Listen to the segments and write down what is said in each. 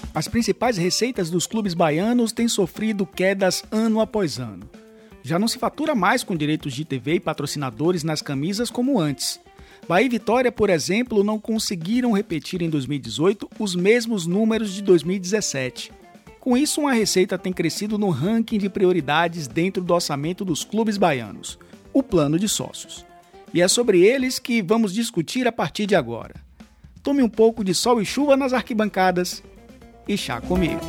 As principais receitas dos clubes baianos têm sofrido quedas ano após ano. Já não se fatura mais com direitos de TV e patrocinadores nas camisas como antes. Bahia e Vitória, por exemplo, não conseguiram repetir em 2018 os mesmos números de 2017. Com isso, uma receita tem crescido no ranking de prioridades dentro do orçamento dos clubes baianos, o plano de sócios. E é sobre eles que vamos discutir a partir de agora. Tome um pouco de sol e chuva nas arquibancadas e chá comigo.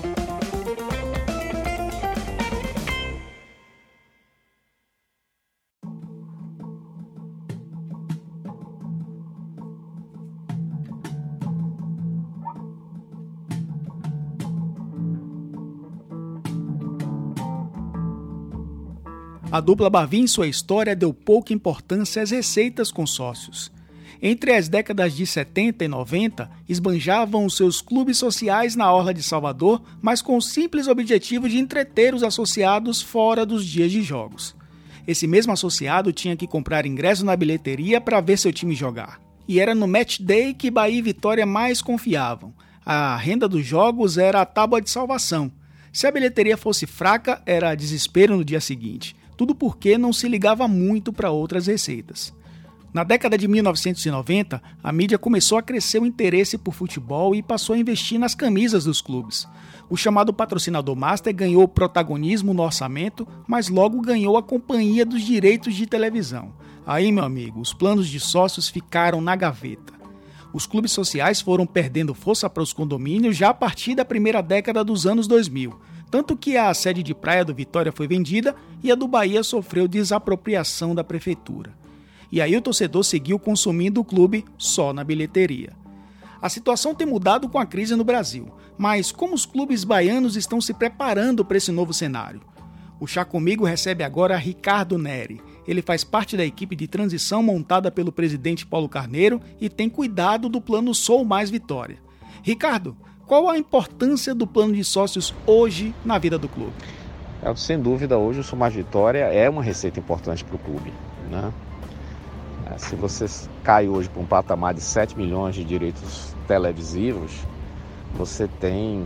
A dupla Bavi, em sua história, deu pouca importância às receitas com sócios. Entre as décadas de 70 e 90, esbanjavam os seus clubes sociais na orla de Salvador, mas com o simples objetivo de entreter os associados fora dos dias de jogos. Esse mesmo associado tinha que comprar ingresso na bilheteria para ver seu time jogar. E era no Match Day que Bahia e Vitória mais confiavam. A renda dos jogos era a tábua de salvação. Se a bilheteria fosse fraca, era desespero no dia seguinte. Tudo porque não se ligava muito para outras receitas. Na década de 1990, a mídia começou a crescer o interesse por futebol e passou a investir nas camisas dos clubes. O chamado patrocinador master ganhou protagonismo no orçamento, mas logo ganhou a companhia dos direitos de televisão. Aí, meu amigo, os planos de sócios ficaram na gaveta. Os clubes sociais foram perdendo força para os condomínios já a partir da primeira década dos anos 2000. Tanto que a sede de praia do Vitória foi vendida e a do Bahia sofreu desapropriação da prefeitura. E aí o torcedor seguiu consumindo o clube só na bilheteria. A situação tem mudado com a crise no Brasil, mas como os clubes baianos estão se preparando para esse novo cenário? O Chá Comigo recebe agora Ricardo Neri. Ele faz parte da equipe de transição montada pelo presidente Paulo Carneiro e tem cuidado do plano Sou Mais Vitória. Ricardo, qual a importância do plano de sócios hoje na vida do clube? Sem dúvida, hoje o Sou Mais Vitória é uma receita importante para o clube, né? Se você cai hoje para um patamar de 7 milhões de direitos televisivos, você tem,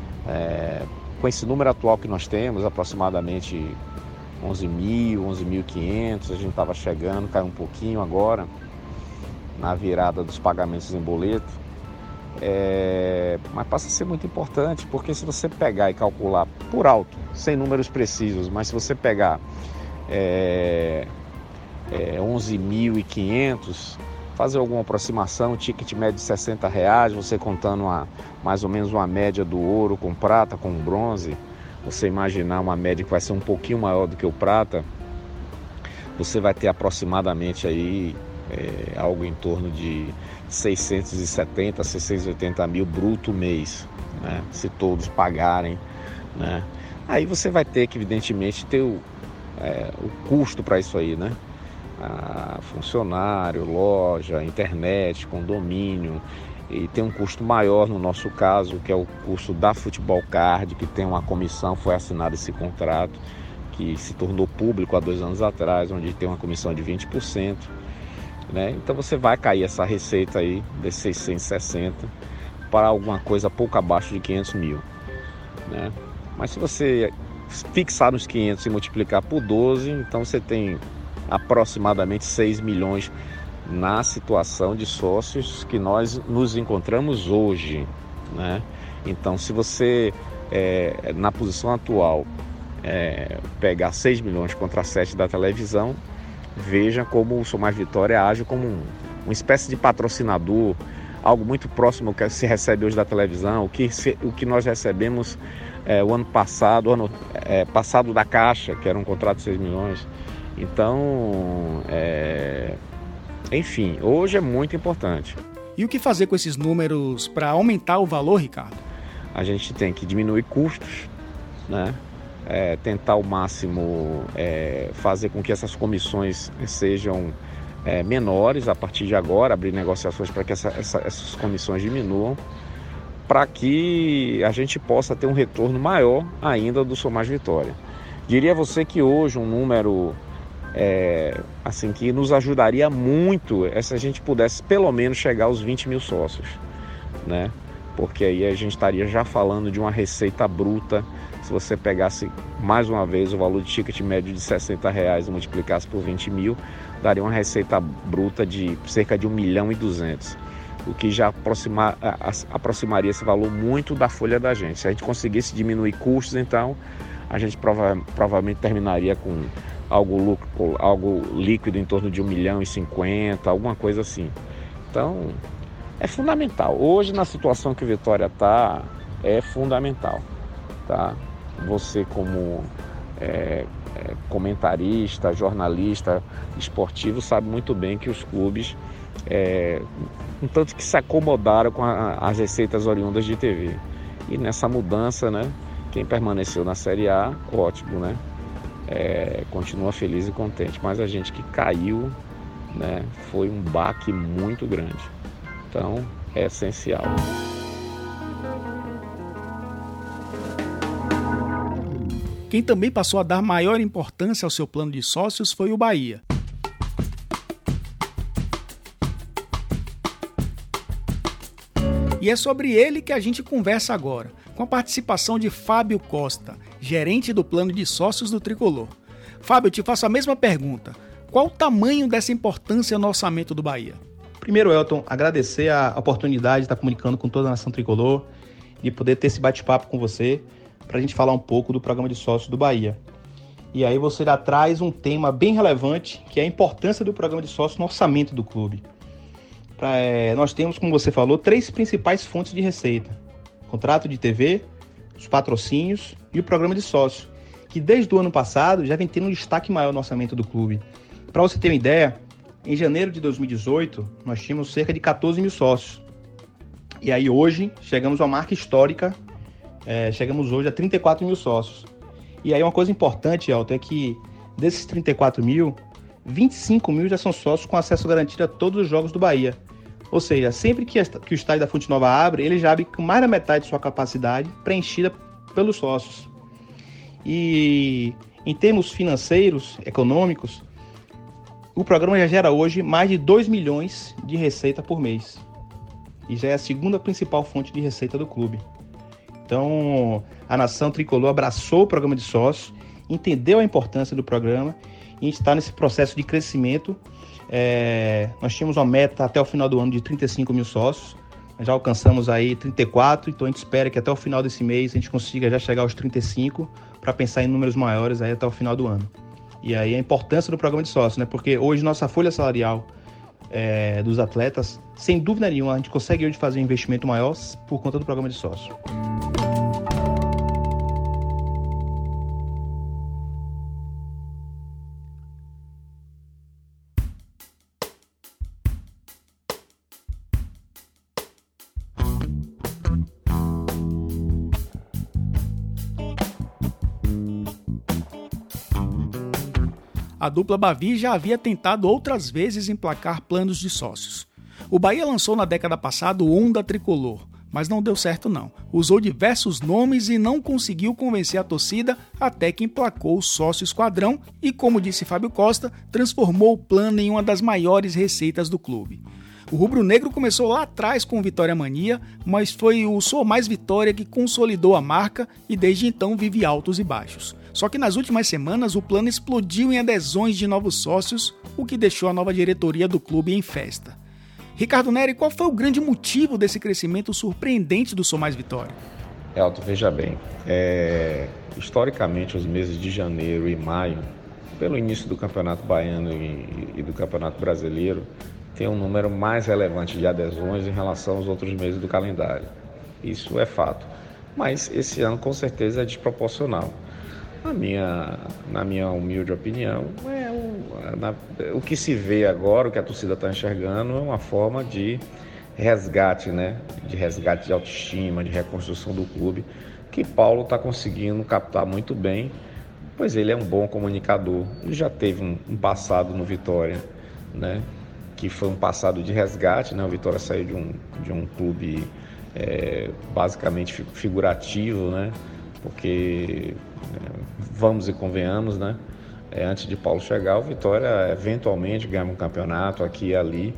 com esse número atual que nós temos, aproximadamente 11.000, 11.500, a gente estava chegando, caiu um pouquinho agora, na virada dos pagamentos em boleto. Mas passa a ser muito importante, porque se você pegar e calcular por alto, sem números precisos, mas se você pegar 11.500, fazer alguma aproximação, ticket médio de R$60, você contando mais ou menos uma média do ouro com prata, com bronze, você imaginar uma média que vai ser um pouquinho maior do que o prata, você vai ter aproximadamente aí algo em torno de 670, 680 mil bruto mês, né? Se todos pagarem, né? Aí você vai ter que, evidentemente, ter o custo para isso aí, né? Funcionário, loja, internet, condomínio, e tem um custo maior no nosso caso, que é o custo da Futebol Card, que tem uma comissão, foi assinado esse contrato, que se tornou público há 2 anos atrás, onde tem uma comissão de 20%. Né? Então você vai cair essa receita aí de 660 para alguma coisa pouco abaixo de 500 mil, né? Mas se você fixar nos 500 e multiplicar por 12, então você tem aproximadamente 6 milhões na situação de sócios que nós nos encontramos hoje, né? Então se você na posição atual pegar 6 milhões contra 7 da televisão, veja como o Sou Mais Vitória age como uma espécie de patrocinador, algo muito próximo ao que se recebe hoje da televisão, o que nós recebemos o ano passado, passado da Caixa, que era um contrato de 6 milhões. Então, enfim, hoje é muito importante. E o que fazer com esses números para aumentar o valor, Ricardo? A gente tem que diminuir custos, né? Tentar ao máximo fazer com que essas comissões sejam menores a partir de agora, abrir negociações para que essas comissões diminuam, para que a gente possa ter um retorno maior ainda do Sou Mais Vitória. Diria a você que hoje um número assim, que nos ajudaria muito se a gente pudesse pelo menos chegar aos 20 mil sócios, né? porque aí a gente estaria já falando de uma receita bruta. Se você pegasse mais uma vez o valor de ticket médio de R$60 e multiplicasse por 20 mil, daria uma receita bruta de cerca de 1.200.000, o que já aproximaria esse valor muito da folha da gente. Se a gente conseguisse diminuir custos, então a gente provavelmente terminaria com algo líquido em torno de 1.050.000, alguma coisa assim. Então, é fundamental. Hoje, na situação que o Vitória está, é fundamental, tá? Você, como comentarista, jornalista esportivo, sabe muito bem que os clubes, um tanto que se acomodaram com as receitas oriundas de TV. E nessa mudança, né, quem permaneceu na Série A, ótimo, né? Continua feliz e contente. Mas a gente que caiu, né, foi um baque muito grande. Então, é essencial. Quem também passou a dar maior importância ao seu plano de sócios foi o Bahia. E é sobre ele que a gente conversa agora, com a participação de Fábio Costa, gerente do plano de sócios do Tricolor. Fábio, eu te faço a mesma pergunta. Qual o tamanho dessa importância no orçamento do Bahia? Primeiro, Elton, agradecer a oportunidade de estar comunicando com toda a nação tricolor e poder ter esse bate-papo com você para a gente falar um pouco do programa de sócios do Bahia. E aí você já traz um tema bem relevante, que é a importância do programa de sócios no orçamento do clube. Nós temos, como você falou, 3 principais fontes de receita: contrato de TV, os patrocínios e o programa de sócios, que desde o ano passado já vem tendo um destaque maior no orçamento do clube. Para você ter uma ideia, em janeiro de 2018, nós tínhamos cerca de 14 mil sócios. E aí hoje, chegamos a uma marca histórica, chegamos hoje a 34 mil sócios. E aí uma coisa importante, Elton, é que desses 34 mil, 25 mil já são sócios com acesso garantido a todos os jogos do Bahia. Ou seja, sempre que o estádio da Fonte Nova abre, ele já abre com mais da metade de sua capacidade preenchida pelos sócios. E em termos financeiros, econômicos, o programa já gera hoje mais de 2 milhões de receita por mês. E já é a segunda principal fonte de receita do clube. Então, a nação tricolor abraçou o programa de sócios, entendeu a importância do programa e a gente está nesse processo de crescimento. Nós tínhamos uma meta até o final do ano de 35 mil sócios, já alcançamos aí 34, então a gente espera que até o final desse mês a gente consiga já chegar aos 35 para pensar em números maiores aí até o final do ano. E aí a importância do programa de sócios, né? Porque hoje nossa folha salarial dos atletas, sem dúvida nenhuma, a gente consegue hoje fazer um investimento maior por conta do programa de sócio. A dupla Bavi já havia tentado outras vezes emplacar planos de sócios. O Bahia lançou na década passada o Onda Tricolor, mas não deu certo não. Usou diversos nomes e não conseguiu convencer a torcida até que emplacou o sócio esquadrão e, como disse Fábio Costa, transformou o plano em uma das maiores receitas do clube. O rubro-negro começou lá atrás com o Vitória Mania, mas foi o Sou Mais Vitória que consolidou a marca e desde então vive altos e baixos. Só que nas últimas semanas o plano explodiu em adesões de novos sócios, o que deixou a nova diretoria do clube em festa. Ricardo Neri, qual foi o grande motivo desse crescimento surpreendente do Sou Mais Vitória? Elton, veja bem, historicamente os meses de janeiro e maio, pelo início do Campeonato Baiano e do Campeonato Brasileiro, tem um número mais relevante de adesões em relação aos outros meses do calendário. Isso é fato. Mas esse ano com certeza é desproporcional. Na minha humilde opinião, o que se vê agora, o que a torcida está enxergando, é uma forma de resgate, né? De resgate de autoestima, de reconstrução do clube, que Paulo está conseguindo captar muito bem, pois ele é um bom comunicador. Ele já teve um passado no Vitória, né? Que foi um passado de resgate, né? O Vitória saiu de um clube basicamente figurativo, né? Porque, vamos e convenhamos, né? Antes de Paulo chegar, o Vitória eventualmente ganhava um campeonato aqui e ali,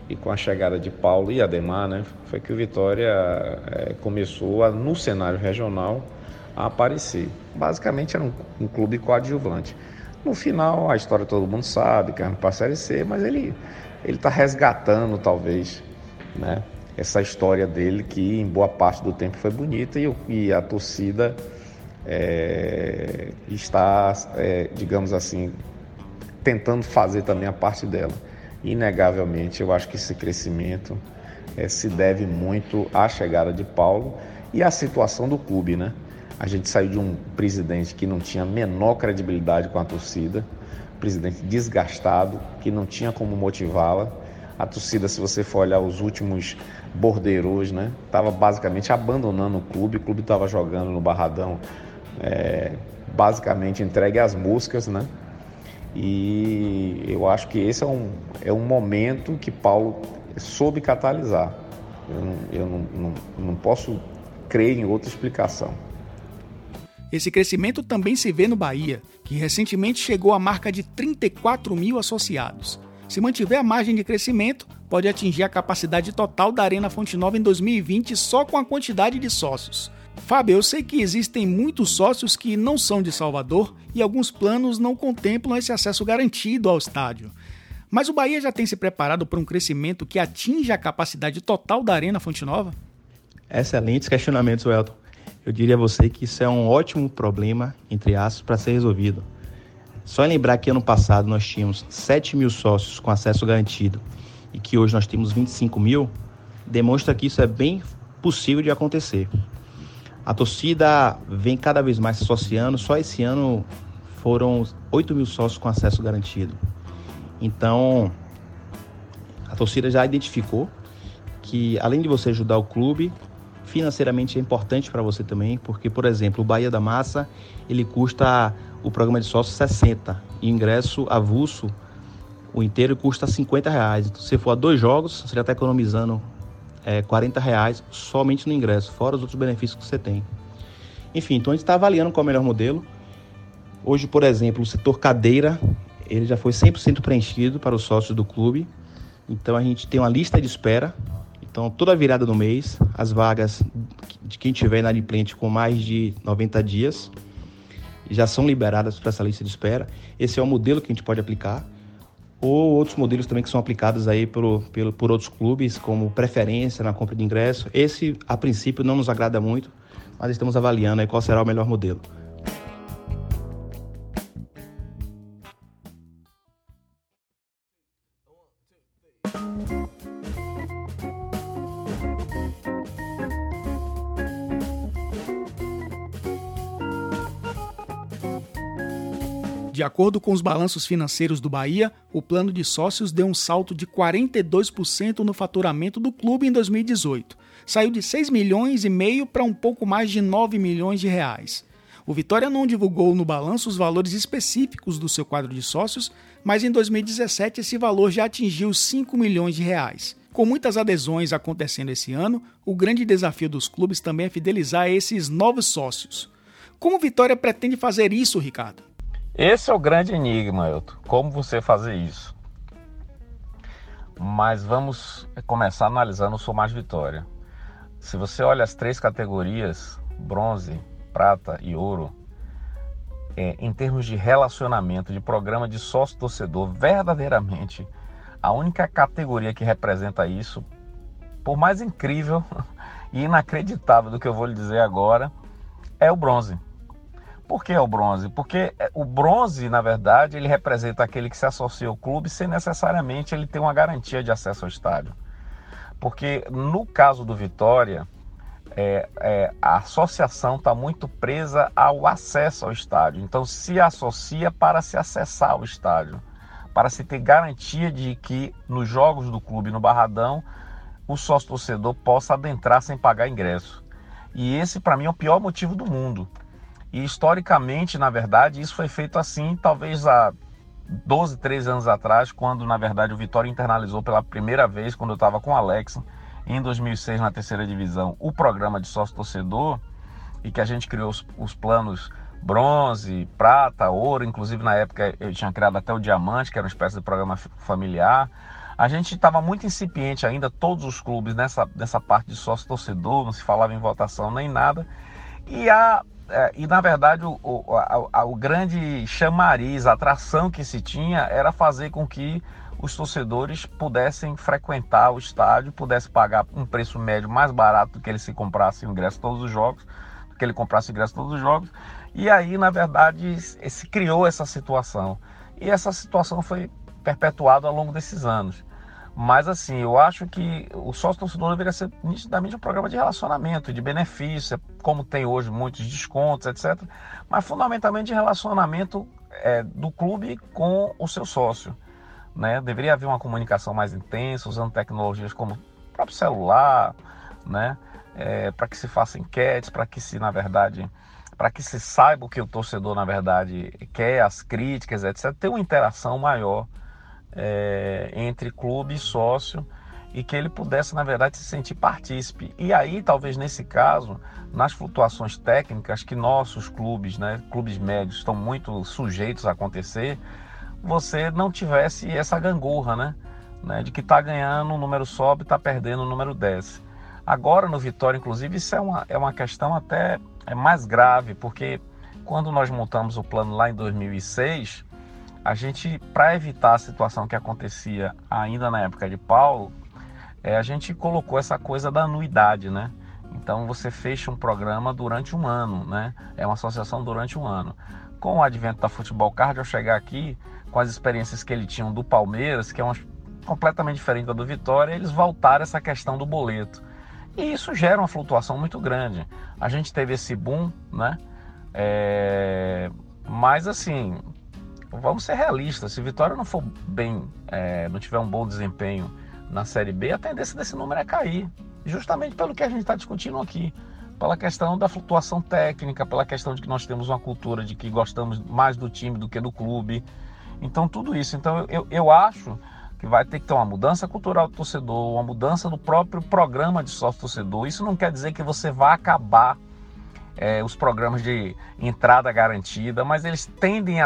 e com a chegada de Paulo e Ademar, né, foi que o Vitória começou no cenário regional a aparecer. Basicamente era um clube coadjuvante. No final, a história todo mundo sabe, caiu para a Série C, mas ele está resgatando, talvez, né, essa história dele, que em boa parte do tempo foi bonita, e a torcida está, digamos assim, tentando fazer também a parte dela. Inegavelmente, eu acho que esse crescimento se deve muito à chegada de Paulo e à situação do clube, né? A gente saiu de um presidente que não tinha a menor credibilidade com a torcida, presidente desgastado, que não tinha como motivá-la. A torcida, se você for olhar os últimos bordeiros, né, estava basicamente abandonando o clube estava jogando no Barradão, basicamente entregue às moscas, né? E eu acho que esse é um momento que Paulo soube catalisar. Eu não posso crer em outra explicação. Esse crescimento também se vê no Bahia, que recentemente chegou à marca de 34 mil associados. Se mantiver a margem de crescimento, pode atingir a capacidade total da Arena Fonte Nova em 2020 só com a quantidade de sócios. Fábio, eu sei que existem muitos sócios que não são de Salvador e alguns planos não contemplam esse acesso garantido ao estádio. Mas o Bahia já tem se preparado para um crescimento que atinja a capacidade total da Arena Fonte Nova? Excelentes questionamentos, Welton. Eu diria a você que isso é um ótimo problema, entre aspas, para ser resolvido. Só lembrar que ano passado nós tínhamos 7 mil sócios com acesso garantido e que hoje nós temos 25 mil, demonstra que isso é bem possível de acontecer. A torcida vem cada vez mais se associando, só esse ano foram 8 mil sócios com acesso garantido. Então, a torcida já identificou que, além de você ajudar o clube, financeiramente é importante para você também, porque, por exemplo, o Bahia da Massa, ele custa o programa de sócio 60, e ingresso avulso, o inteiro custa R$50. Então, se você for a 2 jogos, você já está economizando R$40 somente no ingresso, fora os outros benefícios que você tem. Enfim, então a gente está avaliando qual é o melhor modelo. Hoje, por exemplo, o setor cadeira, ele já foi 100% preenchido para os sócios do clube. Então a gente tem uma lista de espera. Então toda virada do mês, as vagas de quem tiver inadimplente com mais de 90 dias já são liberadas para essa lista de espera. Esse é o modelo que a gente pode aplicar. Ou outros modelos também que são aplicados aí por outros clubes, como preferência na compra de ingresso. Esse, a princípio, não nos agrada muito, mas estamos avaliando aí qual será o melhor modelo. De acordo com os balanços financeiros do Bahia, o plano de sócios deu um salto de 42% no faturamento do clube em 2018. Saiu de 6 milhões e meio para um pouco mais de 9 milhões de reais. O Vitória não divulgou no balanço os valores específicos do seu quadro de sócios, mas em 2017 esse valor já atingiu 5 milhões de reais. Com muitas adesões acontecendo esse ano, o grande desafio dos clubes também é fidelizar esses novos sócios. Como o Vitória pretende fazer isso, Ricardo? Esse é o grande enigma, Elton. Como você fazer isso? Mas vamos começar analisando o Somar Vitória. Se você olha as 3 categorias, bronze, prata e ouro, em termos de relacionamento, de programa de sócio-torcedor, verdadeiramente, a única categoria que representa isso, por mais incrível e inacreditável do que eu vou lhe dizer agora, é o bronze. Por que é o bronze? Porque o bronze, na verdade, ele representa aquele que se associa ao clube sem necessariamente ele ter uma garantia de acesso ao estádio. Porque no caso do Vitória, a associação está muito presa ao acesso ao estádio. Então se associa para se acessar ao estádio, para se ter garantia de que nos jogos do clube no Barradão, o sócio-torcedor possa adentrar sem pagar ingresso. E esse, para mim, é o pior motivo do mundo. E historicamente, na verdade, isso foi feito assim, talvez há 12, 13 anos atrás, quando, na verdade, o Vitória internalizou pela primeira vez, quando eu estava com o Alex, em 2006, na 3ª divisão, o programa de sócio-torcedor, e que a gente criou os planos bronze, prata, ouro, inclusive na época eu tinha criado até o diamante, que era uma espécie de programa familiar. A gente estava muito incipiente ainda, todos os clubes, nessa parte de sócio-torcedor, não se falava em votação nem nada. E na verdade, o grande chamariz, a atração que se tinha era fazer com que os torcedores pudessem frequentar o estádio, pudessem pagar um preço médio mais barato do que ele se comprasse o ingresso todos os jogos, E aí, na verdade, se criou essa situação. E essa situação foi perpetuada ao longo desses anos. Mas assim, eu acho que o sócio-torcedor deveria ser nitidamente um programa de relacionamento, de benefício, como tem hoje muitos descontos, etc. Mas fundamentalmente de relacionamento do clube com o seu sócio, né? Deveria haver uma comunicação mais intensa, usando tecnologias como o próprio celular, né? Para que se faça enquetes, para que se saiba o que o torcedor, na verdade, quer, as críticas, etc. Ter uma interação maior entre clube e sócio, e que ele pudesse, na verdade, se sentir partícipe. E aí, talvez nesse caso, nas flutuações técnicas que nossos clubes, né, clubes médios, estão muito sujeitos a acontecer, você não tivesse essa gangorra, né, de que está ganhando, o número sobe, está perdendo, o número desce. Agora, no Vitória, inclusive, isso é uma questão até mais grave, porque quando nós montamos o plano lá em 2006, a gente, para evitar a situação que acontecia ainda na época de Paulo, a gente colocou essa coisa da anuidade, né? Então você fecha um programa durante um ano, né? É uma associação durante um ano. Com o advento da Futebol Card, ao chegar aqui, com as experiências que eles tinham do Palmeiras, que é completamente diferente da do Vitória, eles voltaram essa questão do boleto. E isso gera uma flutuação muito grande. A gente teve esse boom, né? Mas assim, vamos ser realistas, se Vitória não for bem, não tiver um bom desempenho na Série B, a tendência desse número é cair, justamente pelo que a gente está discutindo aqui, pela questão da flutuação técnica, pela questão de que nós temos uma cultura de que gostamos mais do time do que do clube. Então tudo isso, eu acho que vai ter que ter uma mudança cultural do torcedor, uma mudança do próprio programa de sócio-torcedor. Isso não quer dizer que você vá acabar os programas de entrada garantida, mas eles tendem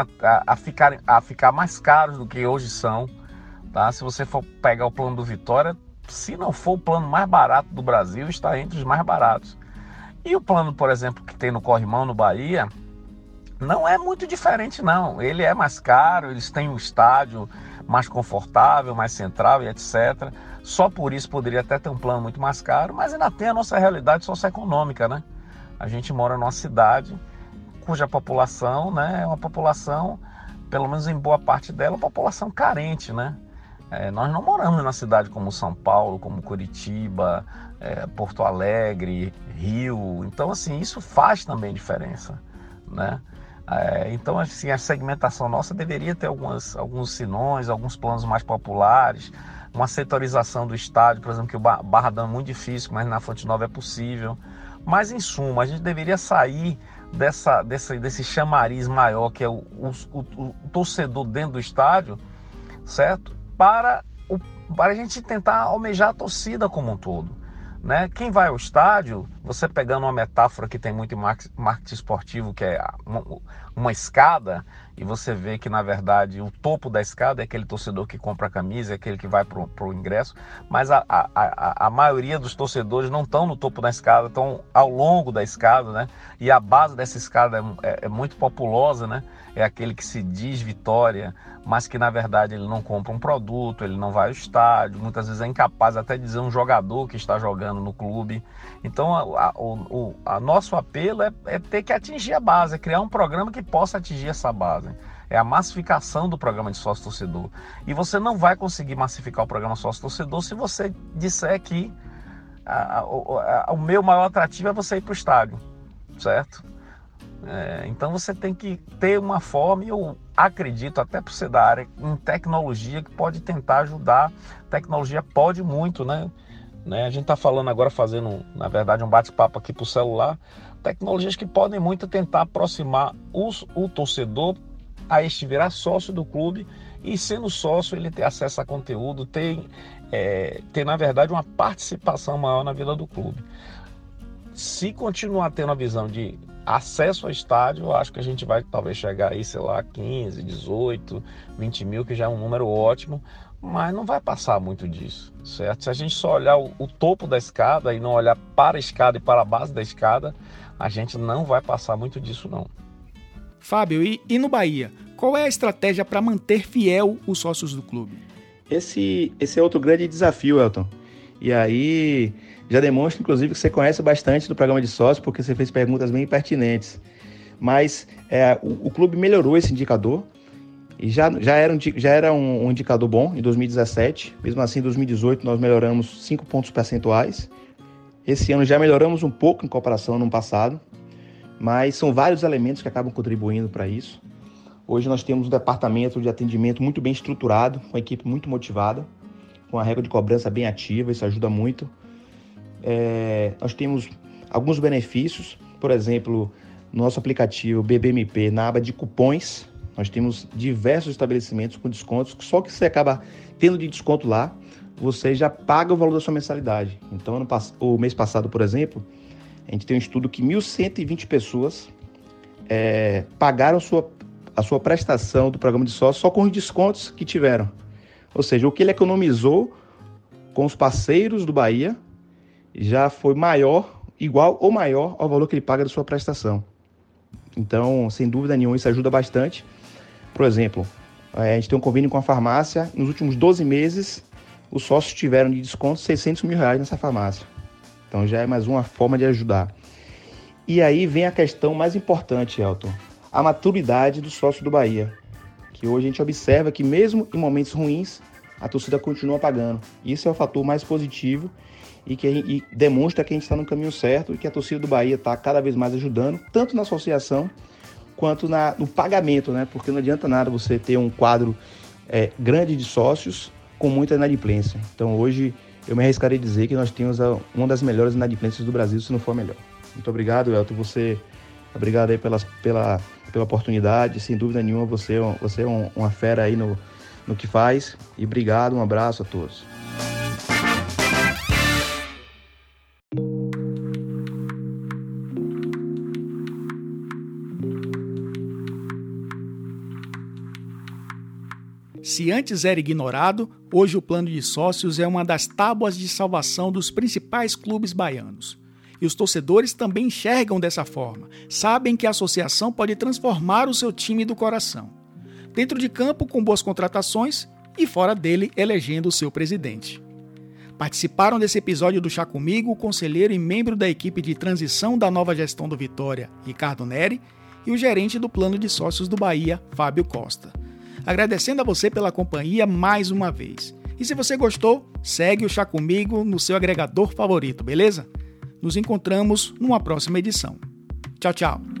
a ficar mais caros do que hoje são, tá? Se você for pegar o plano do Vitória, se não for o plano mais barato do Brasil, está entre os mais baratos. E o plano, por exemplo, que tem no Corrimão, no Bahia, não é muito diferente não. Ele é mais caro, eles têm um estádio mais confortável, mais central e etc. Só por isso poderia até ter um plano muito mais caro, mas ainda tem a nossa realidade socioeconômica, né? A gente mora numa cidade cuja população, né, é uma população, pelo menos em boa parte dela, uma população carente, né? Nós não moramos na cidade como São Paulo, como Curitiba, Porto Alegre, Rio. Então, assim, isso faz também diferença, né? Então, assim, a segmentação nossa deveria ter alguns sinões, alguns planos mais populares, uma setorização do estádio, por exemplo, que o Barradão é muito difícil, mas na Fonte Nova é possível. Mas, em suma, a gente deveria sair desse chamariz maior, que é o torcedor dentro do estádio, certo? Para a gente tentar almejar a torcida como um todo, né? Quem vai ao estádio, você pegando uma metáfora que tem muito em marketing esportivo, que é uma escada, e você vê que, na verdade, o topo da escada é aquele torcedor que compra a camisa, é aquele que vai para o ingresso, mas a maioria dos torcedores não estão no topo da escada, estão ao longo da escada, né? E a base dessa escada é muito populosa, né? É aquele que se diz Vitória, mas que, na verdade, ele não compra um produto, ele não vai ao estádio, muitas vezes é incapaz até de dizer um jogador que está jogando no clube. Então, o nosso apelo é ter que atingir a base, é criar um programa que possa atingir essa base. É a massificação do programa de sócio-torcedor. E você não vai conseguir massificar o programa sócio-torcedor se você disser que o meu maior atrativo é você ir para o estádio, certo? Então você tem que ter uma forma, e eu acredito, até por ser da área, em tecnologia que pode tentar ajudar. Tecnologia pode muito, né? A gente está falando agora, fazendo, na verdade, um bate-papo aqui para o celular. Tecnologias que podem muito tentar aproximar o torcedor a este virar sócio do clube, e sendo sócio ele ter acesso a conteúdo, ter na verdade uma participação maior na vida do clube. Se continuar tendo a visão de acesso ao estádio, eu acho que a gente vai talvez chegar aí, sei lá, 15, 18, 20 mil, que já é um número ótimo, mas não vai passar muito disso, certo? Se a gente só olhar o topo da escada e não olhar para a escada e para a base da escada, a gente não vai passar muito disso, não. Fábio, e no Bahia, qual é a estratégia para manter fiel os sócios do clube? Esse é outro grande desafio, Elton. E aí já demonstra, inclusive, que você conhece bastante do programa de sócios, porque você fez perguntas bem pertinentes. Mas o clube melhorou esse indicador, e já era um indicador bom em 2017. Mesmo assim, em 2018 nós melhoramos 5 pontos percentuais. Esse ano já melhoramos um pouco em comparação ao ano passado, mas são vários elementos que acabam contribuindo para isso. Hoje nós temos um departamento de atendimento muito bem estruturado, com a equipe muito motivada, com a regra de cobrança bem ativa, isso ajuda muito. Nós temos alguns benefícios, por exemplo, no nosso aplicativo BBMP, na aba de cupons, nós temos diversos estabelecimentos com descontos, só que você acaba tendo de desconto lá, você já paga o valor da sua mensalidade. Então, o mês passado, por exemplo, a gente tem um estudo que 1.120 pessoas pagaram a sua prestação do programa de sócio só com os descontos que tiveram. Ou seja, o que ele economizou com os parceiros do Bahia já foi igual ou maior ao valor que ele paga da sua prestação. Então, sem dúvida nenhuma, isso ajuda bastante. Por exemplo, a gente tem um convênio com a farmácia. Nos últimos 12 meses, os sócios tiveram de desconto R$600 mil nessa farmácia. Então, já é mais uma forma de ajudar. E aí vem a questão mais importante, Elton. A maturidade do sócio do Bahia. Que hoje a gente observa que mesmo em momentos ruins, a torcida continua pagando. Isso é o fator mais positivo e demonstra que a gente está no caminho certo e que a torcida do Bahia está cada vez mais ajudando, tanto na associação quanto no pagamento, né? Porque não adianta nada você ter um quadro grande de sócios com muita inadimplência. Então hoje eu me arriscaria a dizer que nós temos uma das melhores inadimplências do Brasil, se não for a melhor. Muito obrigado, Elton. Obrigado aí pela oportunidade. Sem dúvida nenhuma, você é uma fera aí no que faz. E obrigado, um abraço a todos. Se antes era ignorado, hoje o plano de sócios é uma das tábuas de salvação dos principais clubes baianos. E os torcedores também enxergam dessa forma, sabem que a associação pode transformar o seu time do coração. Dentro de campo, com boas contratações, e fora dele, elegendo o seu presidente. Participaram desse episódio do Chá Comigo o conselheiro e membro da equipe de transição da nova gestão do Vitória, Ricardo Neri, e o gerente do plano de sócios do Bahia, Fábio Costa. Agradecendo a você pela companhia mais uma vez. E se você gostou, segue o Chá Comigo no seu agregador favorito, beleza? Nos encontramos numa próxima edição. Tchau, tchau!